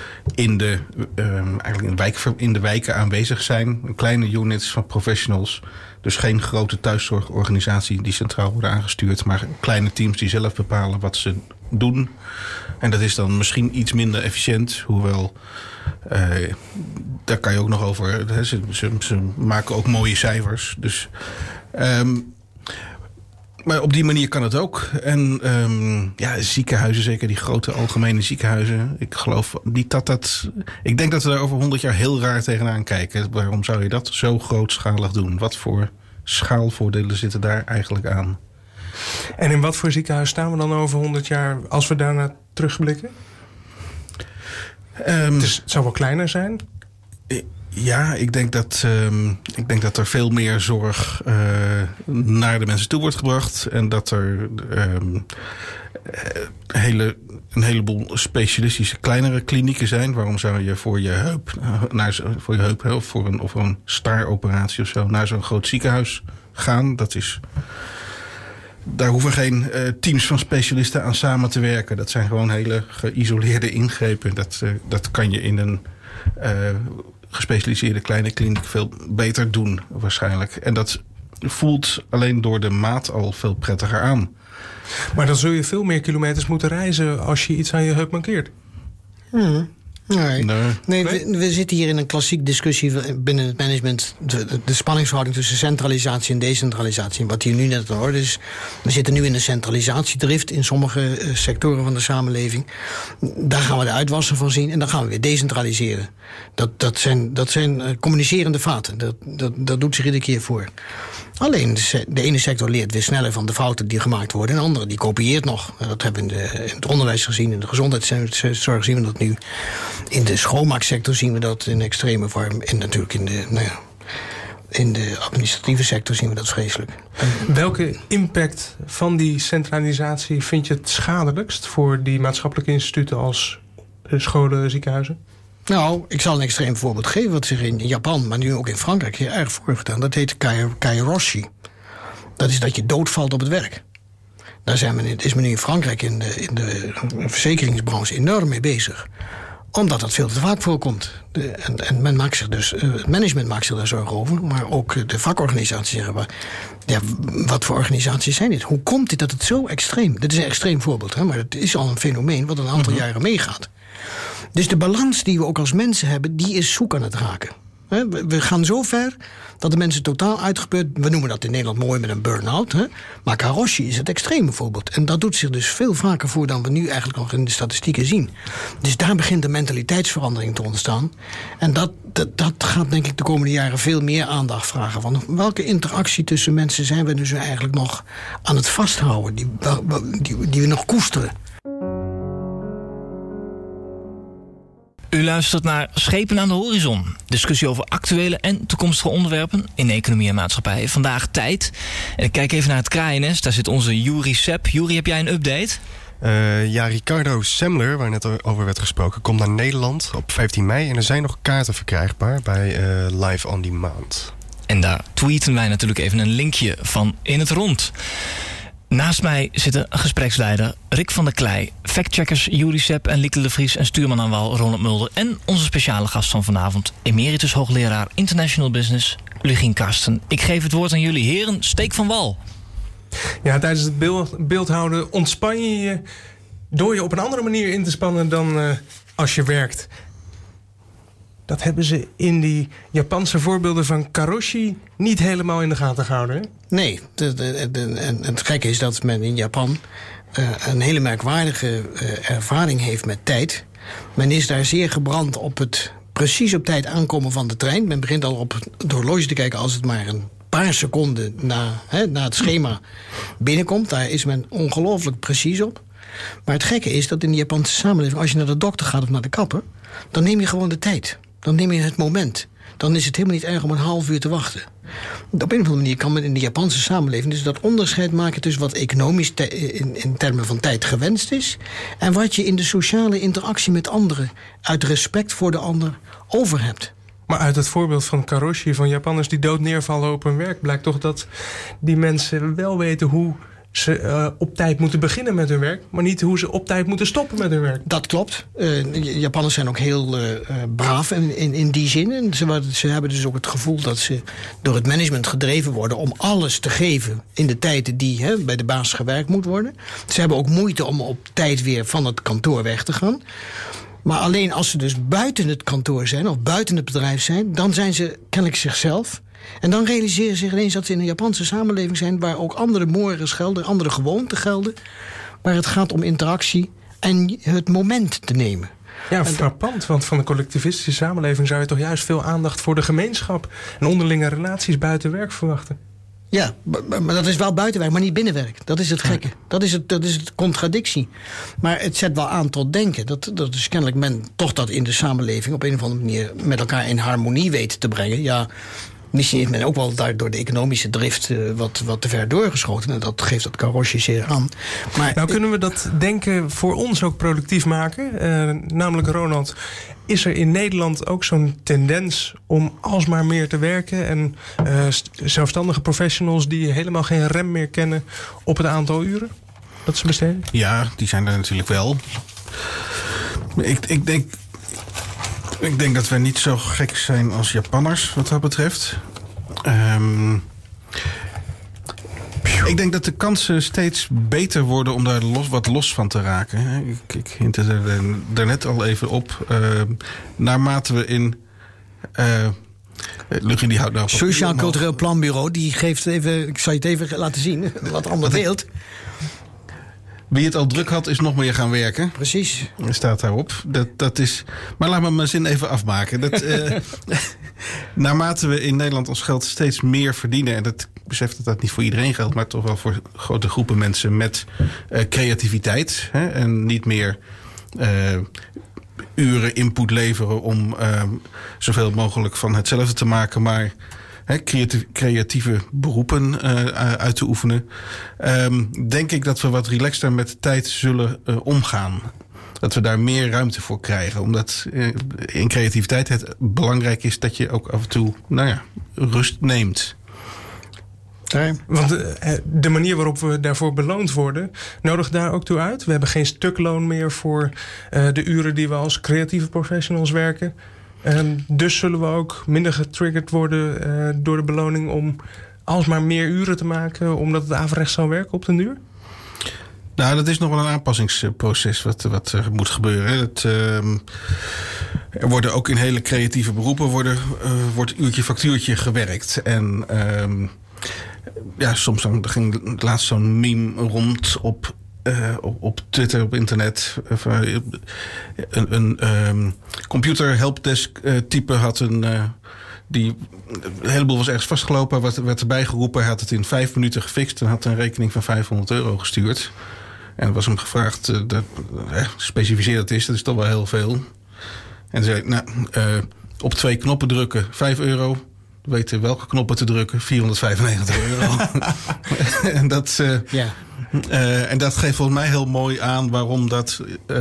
in de wijken aanwezig zijn. Kleine units van professionals. Dus geen grote thuiszorgorganisatie die centraal worden aangestuurd, maar kleine teams die zelf bepalen wat ze doen. En dat is dan misschien iets minder efficiënt, hoewel daar kan je ook nog over. Ze maken ook mooie cijfers. Dus maar op die manier kan het ook. En ziekenhuizen, zeker die grote algemene ziekenhuizen. Ik geloof niet ik denk dat we daar over 100 jaar heel raar tegenaan kijken. Waarom zou je dat zo grootschalig doen? Wat voor schaalvoordelen zitten daar eigenlijk aan. En in wat voor ziekenhuis staan we dan over 100 jaar als we daarna terugblikken? Het zou wel kleiner zijn. Ja, ik denk dat er veel meer zorg naar de mensen toe wordt gebracht. En dat er een heleboel specialistische kleinere klinieken zijn. Waarom zou je voor je heup of voor een staaroperatie of zo naar zo'n groot ziekenhuis gaan? Daar hoeven geen teams van specialisten aan samen te werken. Dat zijn gewoon hele geïsoleerde ingrepen. Dat kan je in een gespecialiseerde kleine kliniek veel beter doen waarschijnlijk. En dat voelt alleen door de maat al veel prettiger aan. Maar dan zul je veel meer kilometers moeten reizen als je iets aan je heup mankeert. Nee, we zitten hier in een klassiek discussie binnen het management. De spanningsverhouding tussen centralisatie en decentralisatie. En wat hier nu net aan de orde is. We zitten nu in een centralisatiedrift in sommige sectoren van de samenleving. Daar gaan we de uitwassen van zien en dan gaan we weer decentraliseren. Dat zijn communicerende vaten. Dat doet zich iedere keer voor. Alleen de ene sector leert weer sneller van de fouten die gemaakt worden. En de andere die kopieert nog. Dat hebben we in het onderwijs gezien, in de gezondheidszorg zien we dat nu. In de schoonmaaksector zien we dat in extreme vorm. En natuurlijk in de administratieve sector zien we dat vreselijk. Welke impact van die centralisatie vind je het schadelijkst voor die maatschappelijke instituten als scholen, ziekenhuizen? Nou, ik zal een extreem voorbeeld geven wat zich in Japan, maar nu ook in Frankrijk heel erg voorgedaan. Dat heet kairoshi. Dat is dat je doodvalt op het werk. Daar is men nu in Frankrijk in de verzekeringsbranche enorm mee bezig. Omdat dat veel te vaak voorkomt. En men maakt zich dus, het management maakt zich daar zorgen over. Maar ook de vakorganisaties zeggen, wat voor organisaties zijn dit? Hoe komt dit dat het zo extreem? Dit is een extreem voorbeeld, hè, maar het is al een fenomeen wat een aantal jaren meegaat. Dus de balans die we ook als mensen hebben, die is zoek aan het raken. We gaan zo ver dat de mensen totaal uitgeput. We noemen dat in Nederland mooi met een burn-out. Maar kairoshi is het extreme voorbeeld. En dat doet zich dus veel vaker voor dan we nu eigenlijk nog in de statistieken zien. Dus daar begint de mentaliteitsverandering te ontstaan. En dat gaat denk ik de komende jaren veel meer aandacht vragen. Van welke interactie tussen mensen zijn we dus eigenlijk nog aan het vasthouden? Die we nog koesteren. U luistert naar Schepen aan de Horizon. Discussie over actuele en toekomstige onderwerpen in economie en maatschappij. Vandaag tijd. En ik kijk even naar het kraaiennest. Daar zit onze Juri Sepp. Juri, heb jij een update? Ricardo Semler, waar net over werd gesproken, komt naar Nederland op 15 mei. En er zijn nog kaarten verkrijgbaar bij Live on Demand. En daar tweeten wij natuurlijk even een linkje van in het rond. Naast mij zitten gespreksleider Rick van der Klei, factcheckers Juri Sepp en Lieke de Vries en stuurman aan wal Ronald Mulder en onze speciale gast van vanavond, emeritus hoogleraar International Business, Lugien Karsten. Ik geef het woord aan jullie heren, steek van wal. Ja, tijdens het beeldhouden ontspan je je door je op een andere manier in te spannen dan als je werkt. Dat hebben ze in die Japanse voorbeelden van kairoshi niet helemaal in de gaten gehouden, hè? Nee, en het gekke is dat men in Japan een hele merkwaardige ervaring heeft met tijd. Men is daar zeer gebrand op het precies op tijd aankomen van de trein. Men begint al op het horloge te kijken als het maar een paar seconden na het schema binnenkomt. Daar is men ongelooflijk precies op. Maar het gekke is dat in de Japanse samenleving, als je naar de dokter gaat of naar de kapper, dan neem je gewoon de tijd. Dan neem je het moment. Dan is het helemaal niet erg om een half uur te wachten. Op een of andere manier kan men in de Japanse samenleving dus dat onderscheid maken tussen wat economisch in termen van tijd gewenst is en wat je in de sociale interactie met anderen uit respect voor de ander over hebt. Maar uit het voorbeeld van kairoshi, van Japanners die dood neervallen op hun werk, blijkt toch dat die mensen wel weten hoe ze op tijd moeten beginnen met hun werk, maar niet hoe ze op tijd moeten stoppen met hun werk. Dat klopt. Japanners zijn ook heel braaf in die zin. En ze hebben dus ook het gevoel dat ze door het management gedreven worden om alles te geven in de tijd die bij de baas gewerkt moet worden. Ze hebben ook moeite om op tijd weer van het kantoor weg te gaan. Maar alleen als ze dus buiten het kantoor zijn of buiten het bedrijf zijn, dan zijn ze kennelijk zichzelf. En dan realiseren ze zich ineens dat ze in een Japanse samenleving zijn waar ook andere mores gelden, andere gewoonten gelden. Waar het gaat om interactie en het moment te nemen. Ja, frappant, want van de collectivistische samenleving zou je toch juist veel aandacht voor de gemeenschap en onderlinge relaties buiten werk verwachten. Ja, maar dat is wel buitenwerk, maar niet binnenwerk. Dat is het gekke. Dat is het contradictie. Maar het zet wel aan tot denken. Dat is kennelijk men toch dat in de samenleving op een of andere manier met elkaar in harmonie weet te brengen. Ja, misschien is men ook wel daar door de economische drift wat te ver doorgeschoten. En dat geeft dat karosje zeer aan. Maar nou, kunnen we dat denken voor ons ook productief maken? Namelijk, Ronald, is er in Nederland ook zo'n tendens om alsmaar meer te werken en zelfstandige professionals die helemaal geen rem meer kennen op het aantal uren dat ze besteden? Ja, die zijn er natuurlijk wel. Ik denk dat wij niet zo gek zijn als Japanners wat dat betreft. Ik denk dat de kansen steeds beter worden om daar wat los van te raken. Ik hint er daarnet al even op. Naarmate we in... Lugin die houdt nou... Sociaal Cultureel Planbureau, die geeft even... Ik zal je het even laten zien, wat ander beeld. Wie het al druk had, is nog meer gaan werken. Precies. Er staat daarop. Dat is... Maar laat me mijn zin even afmaken. Naarmate we in Nederland ons geld steeds meer verdienen... en dat beseft dat niet voor iedereen geldt... maar toch wel voor grote groepen mensen met creativiteit. Hè, en niet meer uren input leveren... om zoveel mogelijk van hetzelfde te maken... maar creatieve beroepen uit te oefenen... denk ik dat we wat relaxter met de tijd zullen omgaan. Dat we daar meer ruimte voor krijgen. Omdat in creativiteit het belangrijk is... dat je ook af en toe rust neemt. Want de manier waarop we daarvoor beloond worden... nodigt daar ook toe uit. We hebben geen stukloon meer voor de uren... die we als creatieve professionals werken... Dus zullen we ook minder getriggerd worden door de beloning... om alsmaar meer uren te maken... omdat het averechts zou werken op den duur? Nou, dat is nog wel een aanpassingsproces wat moet gebeuren. Er worden ook in hele creatieve beroepen... wordt uurtje factuurtje gewerkt. En soms ging laatst zo'n meme rond op Twitter, op internet. Een computer helpdesk type had een heleboel was ergens vastgelopen. Werd erbij geroepen. Hij had het in 5 minuten gefixt en had een rekening van €500 gestuurd. En er was hem gevraagd, specificeer dat is toch wel heel veel. En zei op 2 knoppen drukken, €5. Weten welke knoppen te drukken, €495. En dat... en dat geeft volgens mij heel mooi aan waarom dat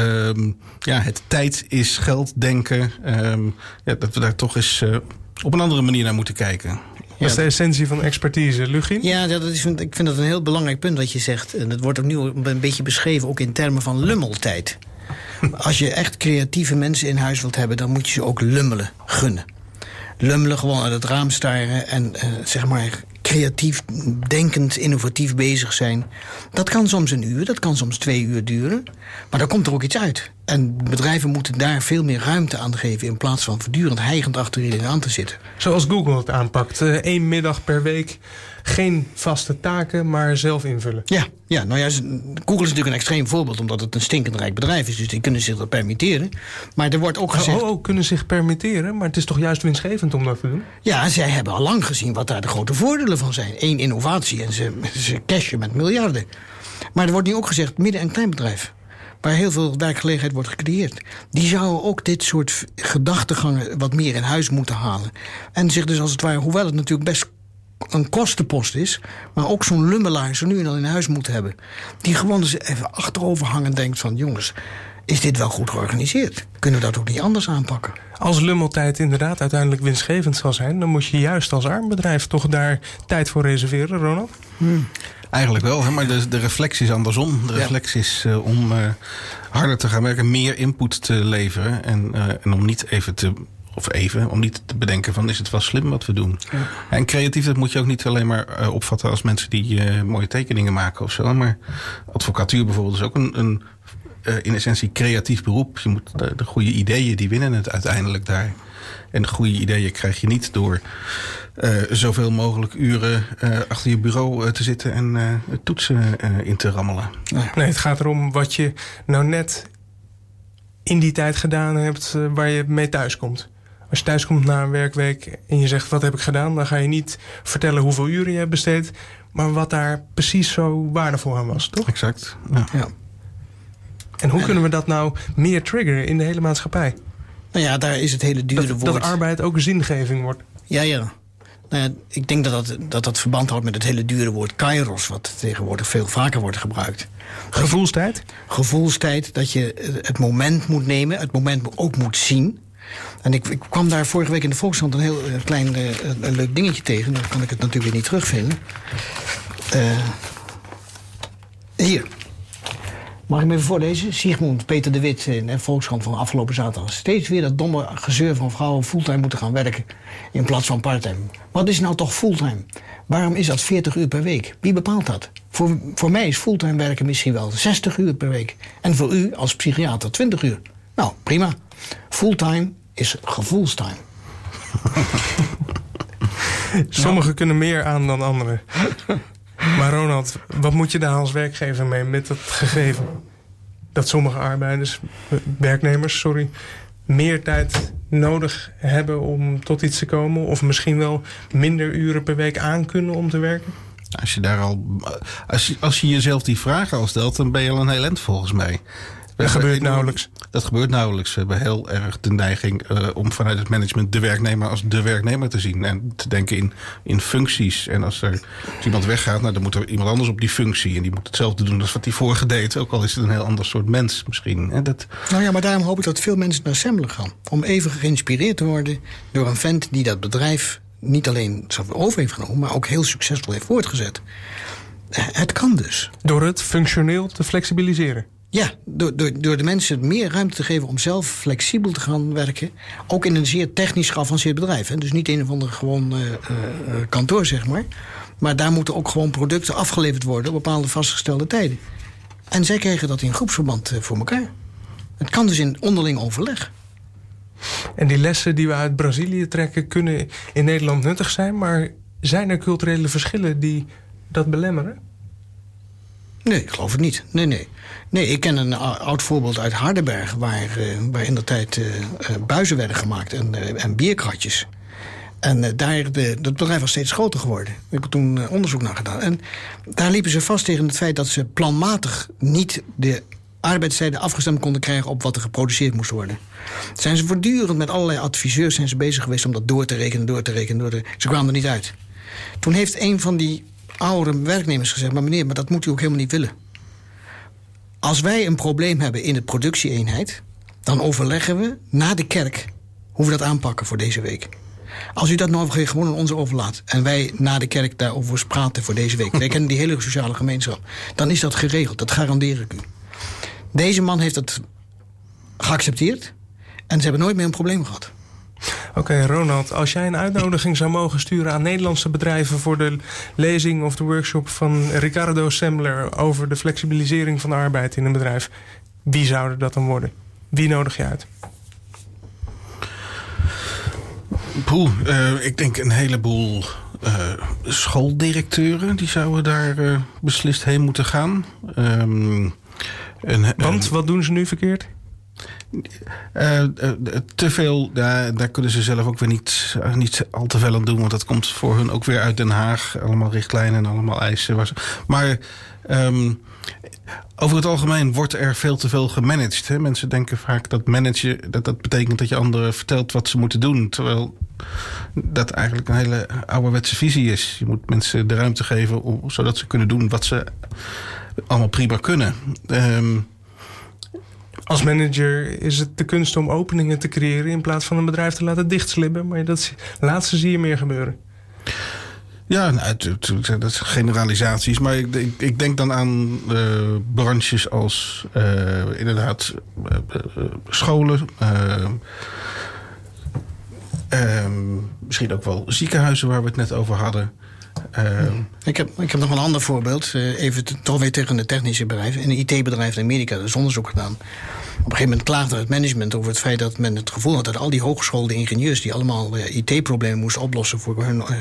het tijd is geld denken. Dat we daar toch eens op een andere manier naar moeten kijken. Dat is de essentie van expertise. Lugin? Ja, ik vind dat een heel belangrijk punt wat je zegt. En dat wordt ook nu een beetje beschreven ook in termen van lummeltijd. Als je echt creatieve mensen in huis wilt hebben... dan moet je ze ook lummelen gunnen. Lummelen, gewoon uit het raam staren en creatief, denkend, innovatief bezig zijn. Dat kan soms 1 uur, dat kan soms 2 uur duren. Maar dan komt er ook iets uit. En bedrijven moeten daar veel meer ruimte aan geven... in plaats van voortdurend hijgend achter iedereen aan te zitten. Zoals Google het aanpakt. 1 middag per week. Geen vaste taken, maar zelf invullen. Ja, Google is natuurlijk een extreem voorbeeld... omdat het een stinkend rijk bedrijf is. Dus die kunnen zich dat permitteren. Maar er wordt ook gezegd... kunnen zich permitteren? Maar het is toch juist winstgevend om dat te doen? Ja, zij hebben al lang gezien wat daar de grote voordelen van zijn. 1, innovatie en ze cashen met miljarden. Maar er wordt nu ook gezegd, midden- en kleinbedrijf... waar heel veel werkgelegenheid wordt gecreëerd... die zouden ook dit soort gedachtegangen wat meer in huis moeten halen. En zich dus als het ware, hoewel het natuurlijk best een kostenpost is... maar ook zo'n lummelaar zo nu en dan in huis moet hebben... die gewoon eens even achterover hangen en denkt van... jongens, is dit wel goed georganiseerd? Kunnen we dat ook niet anders aanpakken? Als lummeltijd inderdaad uiteindelijk winstgevend zal zijn... dan moet je juist als arm bedrijf toch daar tijd voor reserveren, Ronald? Eigenlijk wel, hè? Maar de reflectie is andersom. De reflectie is om harder te gaan werken, meer input te leveren... en om niet om niet te bedenken van, is het wel slim wat we doen? Ja. En creatief, dat moet je ook niet alleen maar opvatten als mensen die mooie tekeningen maken of zo. Maar advocatuur bijvoorbeeld is ook een in essentie creatief beroep. Je moet de goede ideeën, die winnen het uiteindelijk daar. En de goede ideeën krijg je niet door zoveel mogelijk uren achter je bureau te zitten en toetsen in te rammelen. Nee, het gaat erom wat je nou net in die tijd gedaan hebt waar je mee thuis komt. Als je thuis komt na een werkweek en je zegt wat heb ik gedaan, dan ga je niet vertellen hoeveel uren je hebt besteed, maar wat daar precies zo waardevol aan was, toch? Exact. Ja. En hoe kunnen we dat nou meer triggeren in de hele maatschappij? Nou ja, daar is het hele dure woord. Dat arbeid ook een zingeving wordt. Ja. Nou ja, ik denk dat verband houdt met het hele dure woord kairos, wat tegenwoordig veel vaker wordt gebruikt. Gevoelstijd? Gevoelstijd, dat je het moment moet nemen, het moment ook moet zien. En ik kwam daar vorige week in de Volkskrant een heel klein leuk dingetje tegen. Dan kan ik het natuurlijk weer niet terugvinden. Hier. Mag ik me even voorlezen? Sigmund Peter de Wit in de Volkskrant van afgelopen zaterdag. Steeds weer dat domme gezeur van vrouwen fulltime moeten gaan werken in plaats van parttime. Wat is nou toch fulltime? Waarom is dat 40 uur per week? Wie bepaalt dat? Voor mij is fulltime werken misschien wel 60 uur per week. En voor u als psychiater 20 uur. Nou, prima. Fulltime is gevoelstime. Sommigen kunnen meer aan dan anderen. Maar Ronald, wat moet je daar als werkgever mee met dat gegeven? Dat sommige werknemers, meer tijd nodig hebben om tot iets te komen? Of misschien wel minder uren per week aan kunnen om te werken? Als je jezelf die vragen al stelt, dan ben je al een heel eind volgens mij. Dat gebeurt nauwelijks. Dat gebeurt nauwelijks. We hebben heel erg de neiging om vanuit het management de werknemer als de werknemer te zien. En te denken in functies. En als iemand weggaat, dan moet er iemand anders op die functie. En die moet hetzelfde doen als wat die vorige deed. Ook al is het een heel ander soort mens misschien. En Nou ja, maar daarom hoop ik dat veel mensen naar Semler gaan. Om even geïnspireerd te worden door een vent die dat bedrijf niet alleen zelf over heeft genomen, maar ook heel succesvol heeft voortgezet. Het kan dus. Door het functioneel te flexibiliseren. Ja, door de mensen meer ruimte te geven om zelf flexibel te gaan werken. Ook in een zeer technisch geavanceerd bedrijf. Hè. Dus niet een of ander gewoon kantoor, zeg maar. Maar daar moeten ook gewoon producten afgeleverd worden op bepaalde vastgestelde tijden. En zij krijgen dat in groepsverband voor elkaar. Het kan dus in onderling overleg. En die lessen die we uit Brazilië trekken kunnen in Nederland nuttig zijn. Maar zijn er culturele verschillen die dat belemmeren? Nee, ik geloof het niet. Nee, ik ken een oud voorbeeld uit Hardenberg, waar in de tijd buizen werden gemaakt en bierkratjes. En dat bedrijf was steeds groter geworden. Ik heb er toen onderzoek naar gedaan. En daar liepen ze vast tegen het feit dat ze planmatig niet de arbeidstijden afgestemd konden krijgen op wat er geproduceerd moest worden. Zijn ze voortdurend met allerlei adviseurs bezig geweest om dat door te rekenen. Ze kwamen er niet uit. Toen heeft een van die oudere werknemers gezegd, maar meneer, dat moet u ook helemaal niet willen. Als wij een probleem hebben in de productieeenheid, dan overleggen we na de kerk hoe we dat aanpakken voor deze week. Als u dat nou gewoon aan ons overlaat en wij na de kerk daarover praten voor deze week, wij kennen die hele sociale gemeenschap, dan is dat geregeld, dat garandeer ik u. Deze man heeft dat geaccepteerd en ze hebben nooit meer een probleem gehad. Oké, Ronald, als jij een uitnodiging zou mogen sturen aan Nederlandse bedrijven voor de lezing of de workshop van Ricardo Semler over de flexibilisering van de arbeid in een bedrijf, wie zou dat dan worden? Wie nodig je uit? Ik denk een heleboel schooldirecteuren die zouden daar beslist heen moeten gaan. Want wat doen ze nu verkeerd? Te veel, daar kunnen ze zelf ook weer niet al te veel aan doen. Want dat komt voor hun ook weer uit Den Haag. Allemaal richtlijnen en allemaal eisen. Maar over het algemeen wordt er veel te veel gemanaged. Hè? Mensen denken vaak dat managen, dat betekent dat je anderen vertelt wat ze moeten doen. Terwijl dat eigenlijk een hele ouderwetse visie is. Je moet mensen de ruimte geven zodat ze kunnen doen wat ze allemaal prima kunnen. Als manager is het de kunst om openingen te creëren in plaats van een bedrijf te laten dichtslippen. Maar dat laatste zie je meer gebeuren. Ja, dat is generalisaties. Maar ik denk dan aan branches als inderdaad scholen. Misschien ook wel ziekenhuizen waar we het net over hadden. Ik heb nog een ander voorbeeld. Even toch weer tegen de technische bedrijven. In een IT-bedrijf in Amerika, dat is onderzoek gedaan. Op een gegeven moment klaagde het management over het feit dat men het gevoel had dat al die hogeschoolde ingenieurs die allemaal IT-problemen moesten oplossen voor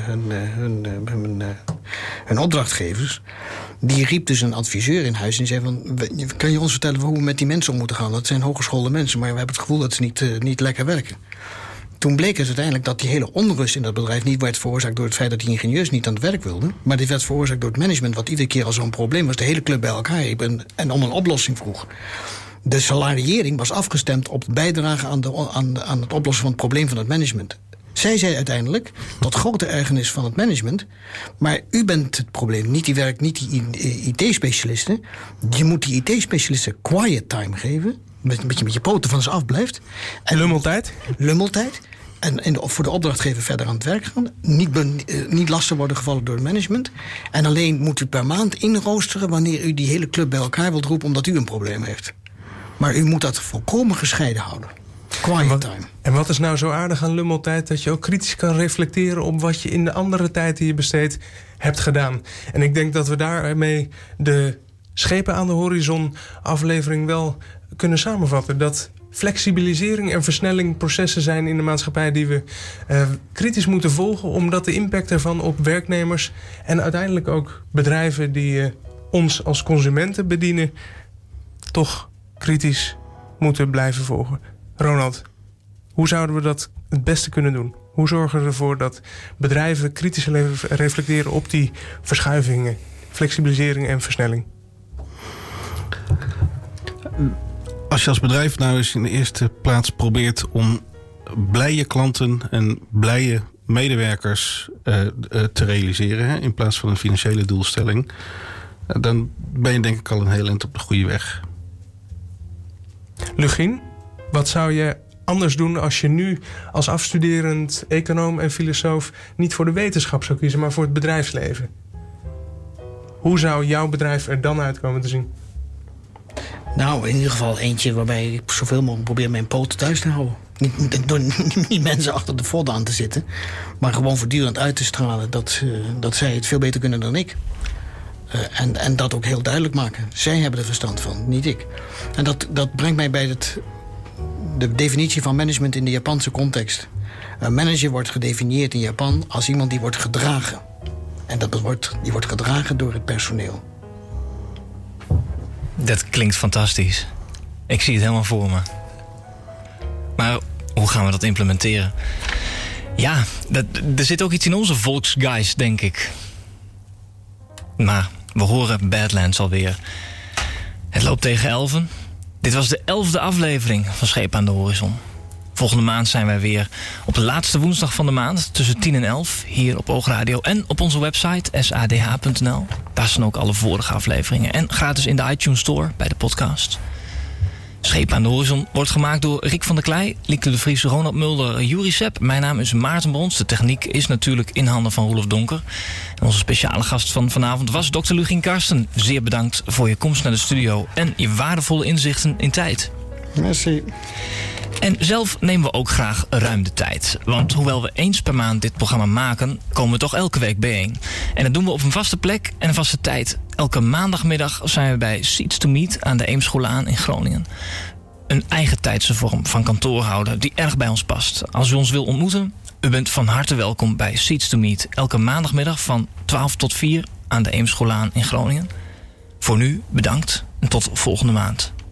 hun opdrachtgevers. Die riep dus een adviseur in huis en zei van, kan je ons vertellen hoe we met die mensen om moeten gaan? Dat zijn hogeschoolde mensen, maar we hebben het gevoel dat ze niet lekker werken. Toen bleek dus uiteindelijk dat die hele onrust in dat bedrijf niet werd veroorzaakt door het feit dat die ingenieurs niet aan het werk wilden. Maar die werd veroorzaakt door het management, wat iedere keer al zo'n probleem was. De hele club bij elkaar riep en om een oplossing vroeg. De salariëring was afgestemd op de bijdrage aan het oplossen van het probleem van het management. Zij zei uiteindelijk, tot grote ergernis van het management, maar u bent het probleem, niet die IT-specialisten. Je moet die IT-specialisten quiet time geven, met je poten van ze afblijft. Lummeltijd. En voor de opdrachtgever verder aan het werk gaan. Niet lastig worden gevallen door het management. En alleen moet u per maand inroosteren wanneer u die hele club bij elkaar wilt roepen omdat u een probleem heeft. Maar u moet dat volkomen gescheiden houden. Quiet time. En wat is nou zo aardig aan lummeltijd? Dat je ook kritisch kan reflecteren op wat je in de andere tijd die je besteedt hebt gedaan. En ik denk dat we daarmee de Schepen aan de Horizon aflevering wel kunnen samenvatten. Dat flexibilisering en versnelling processen zijn in de maatschappij die we kritisch moeten volgen, omdat de impact ervan op werknemers en uiteindelijk ook bedrijven die ons als consumenten bedienen, toch kritisch moeten blijven volgen. Ronald, hoe zouden we dat het beste kunnen doen? Hoe zorgen we ervoor dat bedrijven kritisch reflecteren op die verschuivingen, flexibilisering en versnelling? Als je als bedrijf nou eens in de eerste plaats probeert om blije klanten en blije medewerkers te realiseren, hè, in plaats van een financiële doelstelling, dan ben je denk ik al een heel eind op de goede weg. Lugien, wat zou je anders doen als je nu als afstuderend econoom en filosoof niet voor de wetenschap zou kiezen, maar voor het bedrijfsleven? Hoe zou jouw bedrijf er dan uitkomen te zien? Nou, in ieder geval eentje waarbij ik zoveel mogelijk probeer mijn poten thuis te houden. Niet mensen achter de vodden aan te zitten, maar gewoon voortdurend uit te stralen dat zij het veel beter kunnen dan ik. En dat ook heel duidelijk maken. Zij hebben er verstand van, niet ik. En dat brengt mij bij de definitie van management in de Japanse context. Een manager wordt gedefinieerd in Japan als iemand die wordt gedragen. En die wordt gedragen door het personeel. Dat klinkt fantastisch. Ik zie het helemaal voor me. Maar hoe gaan we dat implementeren? Ja, er zit ook iets in onze volksgeist, denk ik. Maar we horen Badlands alweer. Het loopt tegen 11. Dit was de 11e aflevering van Schepen aan de Horizon. Volgende maand zijn wij weer op de laatste woensdag van de maand tussen 10 en 11 hier op Oogradio en op onze website sadh.nl. Daar staan ook alle vorige afleveringen en gratis in de iTunes Store bij de podcast. Schepen aan de Horizon wordt gemaakt door Rick van der Klei, Lieke de Vries, Ronald Mulder, Juri Sepp. Mijn naam is Maarten Brons. De techniek is natuurlijk in handen van Roelof Donker. En onze speciale gast van vanavond was Dr. Lugien Karsten. Zeer bedankt voor je komst naar de studio en je waardevolle inzichten in tijd. Merci. En zelf nemen we ook graag ruim de tijd. Want hoewel we eens per maand dit programma maken, komen we toch elke week bijeen. En dat doen we op een vaste plek en een vaste tijd. Elke maandagmiddag zijn we bij Seats to Meet aan de Eemschoollaan in Groningen. Een eigen tijdse vorm van kantoor houden die erg bij ons past. Als u ons wil ontmoeten, u bent van harte welkom bij Seats to Meet. Elke maandagmiddag van 12 tot 4 aan de Eemschoollaan in Groningen. Voor nu bedankt en tot volgende maand.